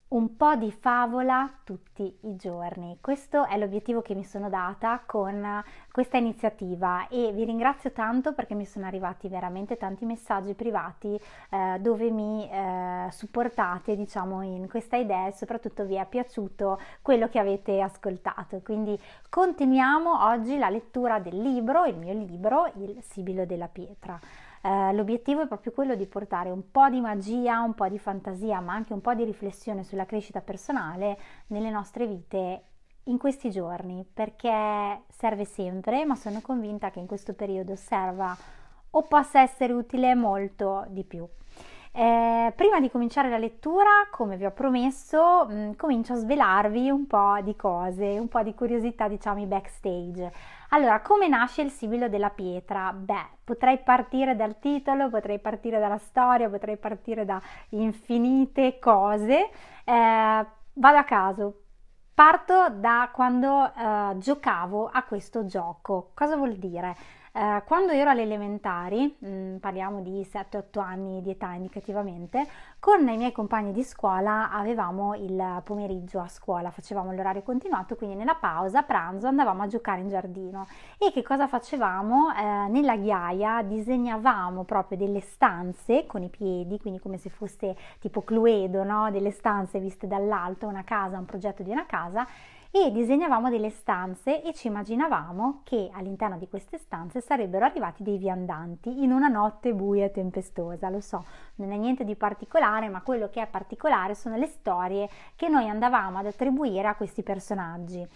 Un po' di favola tutti i giorni. Questo è l'obiettivo che mi sono data con questa iniziativa e vi ringrazio tanto perché mi sono arrivati veramente tanti messaggi privati dove mi supportate, diciamo, in questa idea e soprattutto vi è piaciuto quello che avete ascoltato. Quindi continuiamo oggi la lettura del libro, il mio libro, Il Sibilo della Pietra. L'obiettivo è proprio quello di portare un po' di magia, un po' di fantasia, ma anche un po' di riflessione sulla crescita personale nelle nostre vite in questi giorni, perché serve sempre, ma sono convinta che in questo periodo serva o possa essere utile molto di più. Prima di cominciare la lettura, come vi ho promesso, comincio a svelarvi un po' di cose, un po' di curiosità, diciamo, i backstage. Allora, come nasce il Sibilo della Pietra? Beh, potrei partire dal titolo, potrei partire dalla storia, potrei partire da infinite cose. Vado a caso. Parto da quando giocavo a questo gioco. Cosa vuol dire? Quando ero alle elementari, parliamo di 7-8 anni di età indicativamente, con i miei compagni di scuola avevamo il pomeriggio a scuola, facevamo l'orario continuato, quindi nella pausa, a pranzo, andavamo a giocare in giardino. E che cosa facevamo? Nella ghiaia disegnavamo proprio delle stanze con i piedi, quindi come se fosse tipo Cluedo, no? Delle stanze viste dall'alto, una casa, un progetto di una casa, e disegnavamo delle stanze e ci immaginavamo che all'interno di queste stanze sarebbero arrivati dei viandanti in una notte buia e tempestosa. Lo so, non è niente di particolare, ma quello che è particolare sono le storie che noi andavamo ad attribuire a questi personaggi.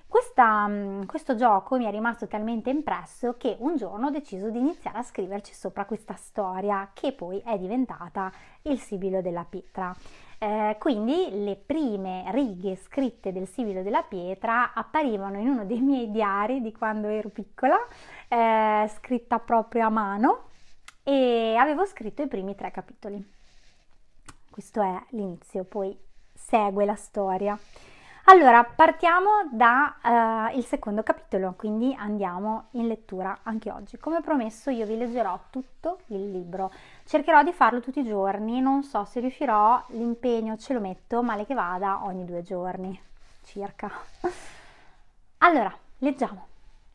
Questo gioco mi è rimasto talmente impresso che un giorno ho deciso di iniziare a scriverci sopra questa storia che poi è diventata il Sibilo della Pietra. Quindi le prime righe scritte del Sibilo della Pietra apparivano in uno dei miei diari di quando ero piccola, scritta proprio a mano, e avevo scritto i primi 3 capitoli. Questo è l'inizio, poi segue la storia. Allora, partiamo da il secondo capitolo, quindi andiamo in lettura anche oggi. Come promesso, io vi leggerò tutto il libro. Cercherò di farlo tutti i giorni, non so se riuscirò, l'impegno ce lo metto, male che vada, ogni 2 giorni, circa. Allora, leggiamo.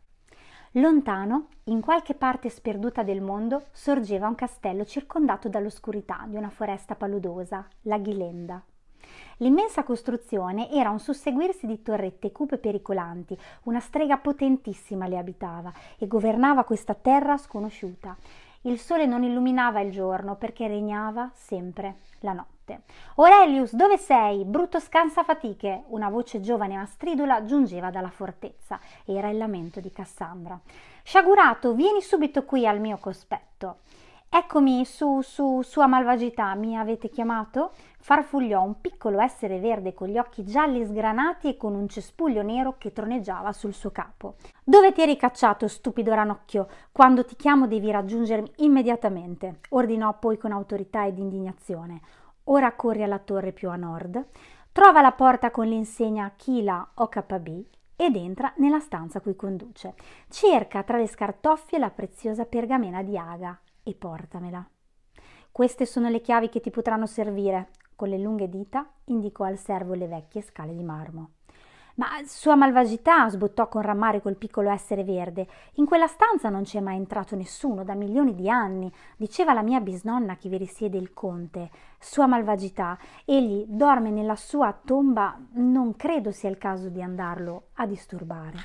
Lontano, in qualche parte sperduta del mondo, sorgeva un castello circondato dall'oscurità di una foresta paludosa, la Ghilenda. L'immensa costruzione era un susseguirsi di torrette cupe e pericolanti, una strega potentissima le abitava e governava questa terra sconosciuta. Il sole non illuminava il giorno perché regnava sempre la notte. Aurelius, dove sei? Brutto scansafatiche! Una voce giovane ma stridula giungeva dalla fortezza. Era il lamento di Cassandra. Sciagurato, vieni subito qui al mio cospetto. Eccomi, sua malvagità, mi avete chiamato? Farfugliò un piccolo essere verde con gli occhi gialli sgranati e con un cespuglio nero che troneggiava sul suo capo. Dove ti eri cacciato, stupido ranocchio? Quando ti chiamo devi raggiungermi immediatamente, ordinò poi con autorità ed indignazione. Ora corri alla torre più a nord, trova la porta con l'insegna Kila OKB ed entra nella stanza cui conduce. Cerca tra le scartoffie la preziosa pergamena di Aga e portamela. Queste sono le chiavi che ti potranno servire. Con le lunghe dita indicò al servo le vecchie scale di marmo. Ma sua malvagità, sbottò con rammarico il piccolo essere verde, in quella stanza non c'è mai entrato nessuno da milioni di anni. Diceva la mia bisnonna che vi risiede il conte. Sua malvagità, egli dorme nella sua tomba, non credo sia il caso di andarlo a disturbare.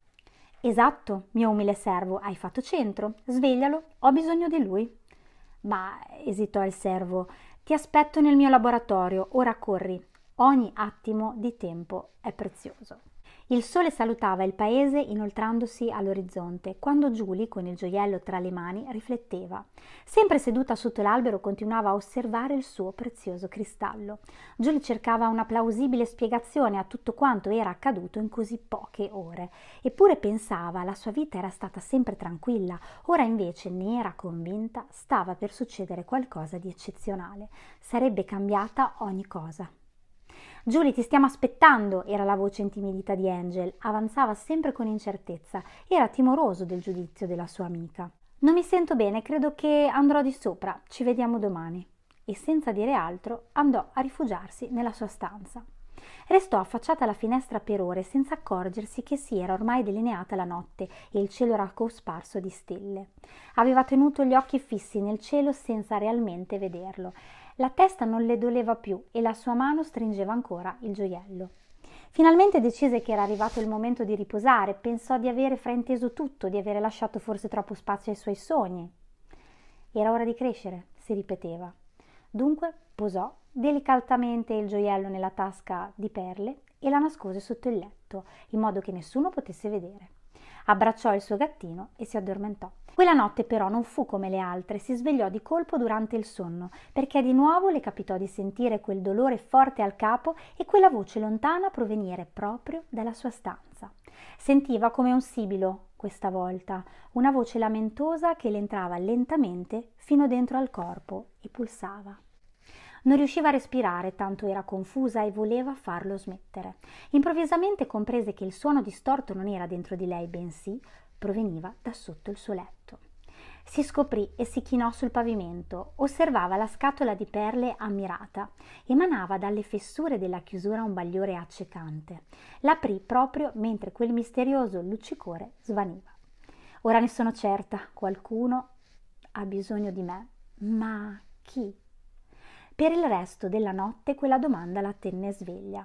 Esatto, mio umile servo, hai fatto centro. Sveglialo, ho bisogno di lui. Ma, esitò il servo, ti aspetto nel mio laboratorio, ora corri. Ogni attimo di tempo è prezioso. Il sole salutava il paese inoltrandosi all'orizzonte, quando Giulia, con il gioiello tra le mani, rifletteva. Sempre seduta sotto l'albero continuava a osservare il suo prezioso cristallo. Giulia cercava una plausibile spiegazione a tutto quanto era accaduto in così poche ore. Eppure pensava, la sua vita era stata sempre tranquilla, ora invece ne era convinta, stava per succedere qualcosa di eccezionale. Sarebbe cambiata ogni cosa. Giulia, ti stiamo aspettando, era la voce intimidita di Angel. Avanzava sempre con incertezza. Era timoroso del giudizio della sua amica. Non mi sento bene, credo che andrò di sopra. Ci vediamo domani. e senza dire altro andò a rifugiarsi nella sua stanza. Restò affacciata alla finestra per ore senza accorgersi che si era ormai delineata la notte e il cielo era cosparso di stelle. Aveva tenuto gli occhi fissi nel cielo senza realmente vederlo. La testa non le doleva più e la sua mano stringeva ancora il gioiello. Finalmente decise che era arrivato il momento di riposare, pensò di avere frainteso tutto, di avere lasciato forse troppo spazio ai suoi sogni. Era ora di crescere, si ripeteva. Dunque posò delicatamente il gioiello nella tasca di perle e la nascose sotto il letto, in modo che nessuno potesse vedere. Abbracciò il suo gattino e si addormentò. Quella notte però non fu come le altre, si svegliò di colpo durante il sonno, perché di nuovo le capitò di sentire quel dolore forte al capo e quella voce lontana provenire proprio dalla sua stanza. Sentiva come un sibilo, questa volta, una voce lamentosa che le entrava lentamente fino dentro al corpo e pulsava. Non riusciva a respirare, tanto era confusa e voleva farlo smettere. Improvvisamente comprese che il suono distorto non era dentro di lei, bensì proveniva da sotto il suo letto. Si scoprì e si chinò sul pavimento, osservava la scatola di perle ammirata. Emanava dalle fessure della chiusura un bagliore accecante. L'aprì proprio mentre quel misterioso luccicore svaniva. Ora ne sono certa, qualcuno ha bisogno di me. Ma chi? Per il resto della notte quella domanda la tenne sveglia.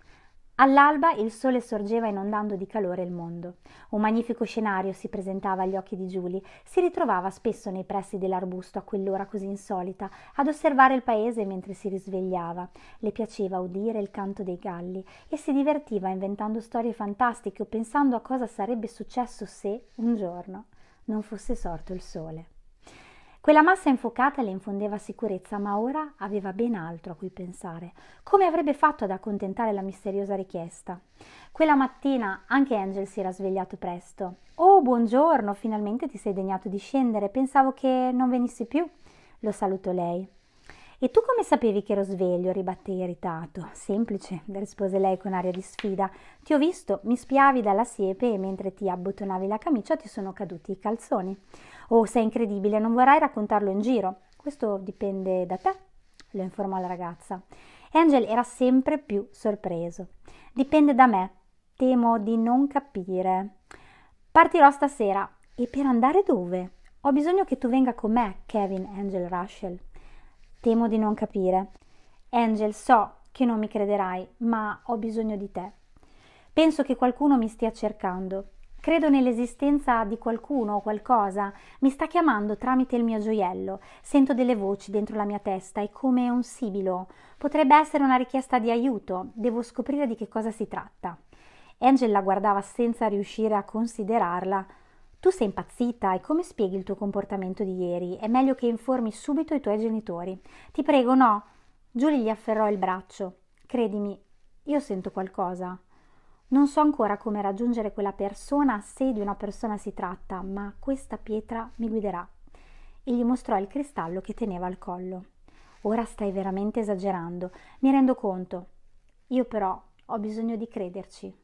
All'alba il sole sorgeva inondando di calore il mondo. Un magnifico scenario si presentava agli occhi di Julie. Si ritrovava spesso nei pressi dell'arbusto a quell'ora così insolita, ad osservare il paese mentre si risvegliava. Le piaceva udire il canto dei galli e si divertiva inventando storie fantastiche o pensando a cosa sarebbe successo se, un giorno, non fosse sorto il sole. Quella massa infuocata le infondeva sicurezza, ma ora aveva ben altro a cui pensare. Come avrebbe fatto ad accontentare la misteriosa richiesta? Quella mattina anche Angel si era svegliato presto. «Oh, buongiorno, finalmente ti sei degnato di scendere. Pensavo che non venissi più», lo salutò lei. «E tu come sapevi che ero sveglio?» ribatté irritato. «Semplice», rispose lei con aria di sfida. «Ti ho visto, mi spiavi dalla siepe e mentre ti abbottonavi la camicia ti sono caduti i calzoni». «Oh, sei incredibile, non vorrai raccontarlo in giro?» «Questo dipende da te», lo informò la ragazza. Angel era sempre più sorpreso. «Dipende da me. Temo di non capire. Partirò stasera. E per andare dove? Ho bisogno che tu venga con me, Kevin Angel Russell». «Temo di non capire. Angel, so che non mi crederai, ma ho bisogno di te. Penso che qualcuno mi stia cercando. Credo nell'esistenza di qualcuno o qualcosa. Mi sta chiamando tramite il mio gioiello. Sento delle voci dentro la mia testa, è come un sibilo. Potrebbe essere una richiesta di aiuto. Devo scoprire di che cosa si tratta». Angel la guardava senza riuscire a considerarla. «Tu sei impazzita e come spieghi il tuo comportamento di ieri? È meglio che informi subito i tuoi genitori». «Ti prego, no». Julie gli afferrò il braccio. «Credimi, io sento qualcosa. Non so ancora come raggiungere quella persona, se di una persona si tratta, ma questa pietra mi guiderà». E gli mostrò il cristallo che teneva al collo. «Ora stai veramente esagerando, mi rendo conto. Io però ho bisogno di crederci».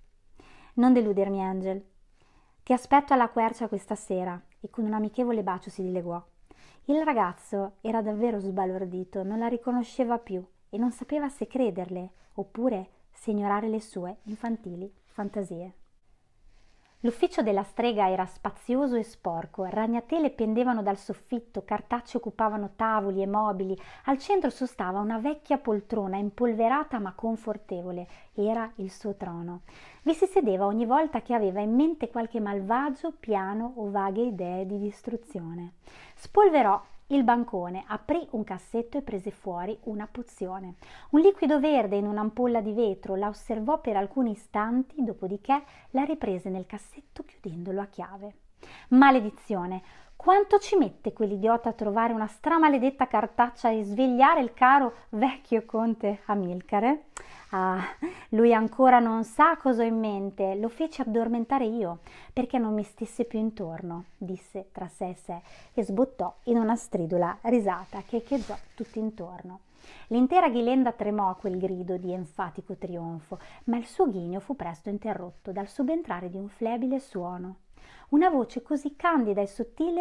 «Non deludermi, Angel. Ti aspetto alla quercia questa sera», e con un amichevole bacio si dileguò. Il ragazzo era davvero sbalordito, non la riconosceva più e non sapeva se crederle oppure se ignorare le sue infantili fantasie. L'ufficio della strega era spazioso e sporco, ragnatele pendevano dal soffitto, cartacce occupavano tavoli e mobili, al centro sostava una vecchia poltrona impolverata ma confortevole, era il suo trono. Vi si sedeva ogni volta che aveva in mente qualche malvagio piano o vaghe idee di distruzione. Spolverò il bancone, aprì un cassetto e prese fuori una pozione. Un liquido verde in un'ampolla di vetro, la osservò per alcuni istanti, dopodiché la riprese nel cassetto chiudendolo a chiave. Maledizione! Quanto ci mette quell'idiota a trovare una stramaledetta cartaccia e svegliare il caro vecchio conte Amilcare? Ah, lui ancora non sa cosa ho in mente, lo feci addormentare io, perché non mi stesse più intorno», disse tra sé e sé, e sbottò in una stridula risata che echeggiò tutt'intorno. L'intera ghilenda tremò a quel grido di enfatico trionfo, ma il suo ghigno fu presto interrotto dal subentrare di un flebile suono. Una voce così candida e sottile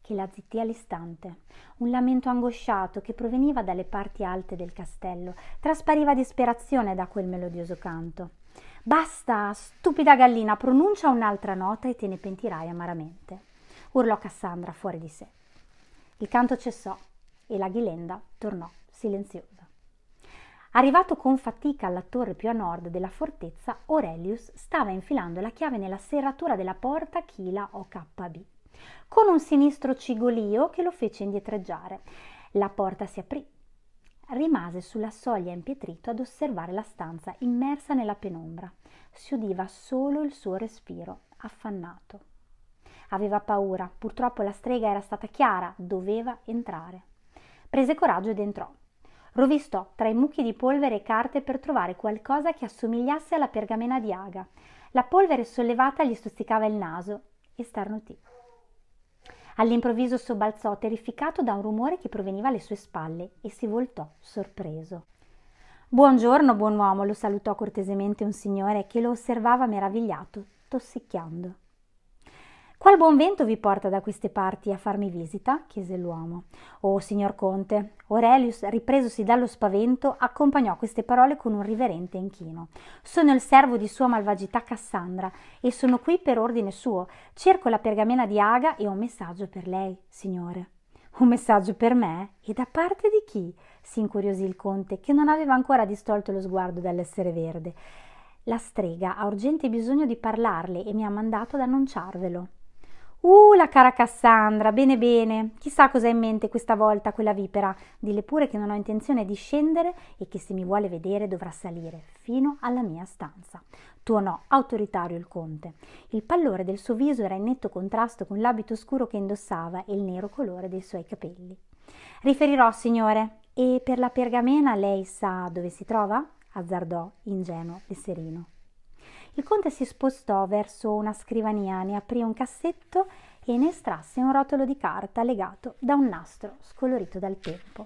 che la zittì all'istante. Un lamento angosciato che proveniva dalle parti alte del castello traspariva disperazione da quel melodioso canto. «Basta, stupida gallina, pronuncia un'altra nota e te ne pentirai amaramente», urlò Cassandra fuori di sé. Il canto cessò e la ghilenda tornò silenziosa. Arrivato con fatica alla torre più a nord della fortezza, Aurelius stava infilando la chiave nella serratura della porta Chila OKB, con un sinistro cigolio che lo fece indietreggiare. La porta si aprì. Rimase sulla soglia impietrito ad osservare la stanza immersa nella penombra. Si udiva solo il suo respiro affannato. Aveva paura, purtroppo la strega era stata chiara, doveva entrare. Prese coraggio ed entrò. Rovistò tra i mucchi di polvere e carte per trovare qualcosa che assomigliasse alla pergamena di Aga. La polvere sollevata gli stuzzicava il naso e starnutì. All'improvviso sobbalzò terrificato da un rumore che proveniva alle sue spalle e si voltò sorpreso. «Buongiorno, buon uomo», lo salutò cortesemente un signore che lo osservava meravigliato, tossicchiando. «Qual buon vento vi porta da queste parti a farmi visita?» chiese l'uomo. «Oh, signor conte», Aurelius, ripresosi dallo spavento, accompagnò queste parole con un riverente inchino. «Sono il servo di sua malvagità Cassandra e sono qui per ordine suo. Cerco la pergamena di Aga e ho un messaggio per lei, signore». «Un messaggio per me? E da parte di chi?» si incuriosì il conte, che non aveva ancora distolto lo sguardo dall'essere verde. «La strega ha urgente bisogno di parlarle e mi ha mandato ad annunciarvelo». La cara Cassandra, bene bene, chissà cosa ha in mente questa volta quella vipera. Dille pure che non ho intenzione di scendere e che se mi vuole vedere dovrà salire fino alla mia stanza. Tuonò autoritario il conte. Il pallore del suo viso era in netto contrasto con l'abito scuro che indossava e il nero colore dei suoi capelli. «Riferirò, signore. E per la pergamena lei sa dove si trova?» azzardò, ingenuo e sereno. Il conte si spostò verso una scrivania, ne aprì un cassetto e ne estrasse un rotolo di carta legato da un nastro scolorito dal tempo.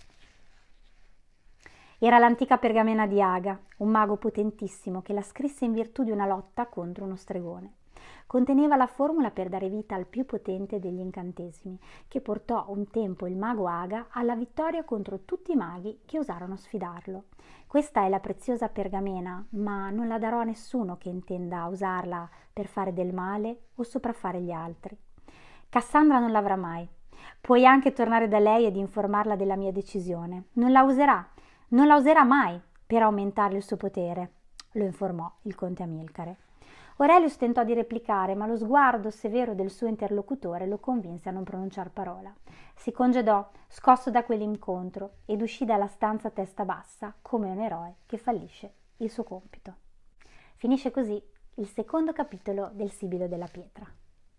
Era l'antica pergamena di Aga, un mago potentissimo che la scrisse in virtù di una lotta contro uno stregone. Conteneva la formula per dare vita al più potente degli incantesimi, che portò un tempo il mago Aga alla vittoria contro tutti i maghi che osarono sfidarlo. «Questa è la preziosa pergamena, ma non la darò a nessuno che intenda usarla per fare del male o sopraffare gli altri. Cassandra non l'avrà mai. Puoi anche tornare da lei ed informarla della mia decisione. Non la userà mai per aumentare il suo potere», lo informò il conte Amilcare. Aurelius tentò di replicare, ma lo sguardo severo del suo interlocutore lo convinse a non pronunciar parola. Si congedò, scosso da quell'incontro, ed uscì dalla stanza a testa bassa, come un eroe che fallisce il suo compito. Finisce così il secondo capitolo del Sibilo della Pietra.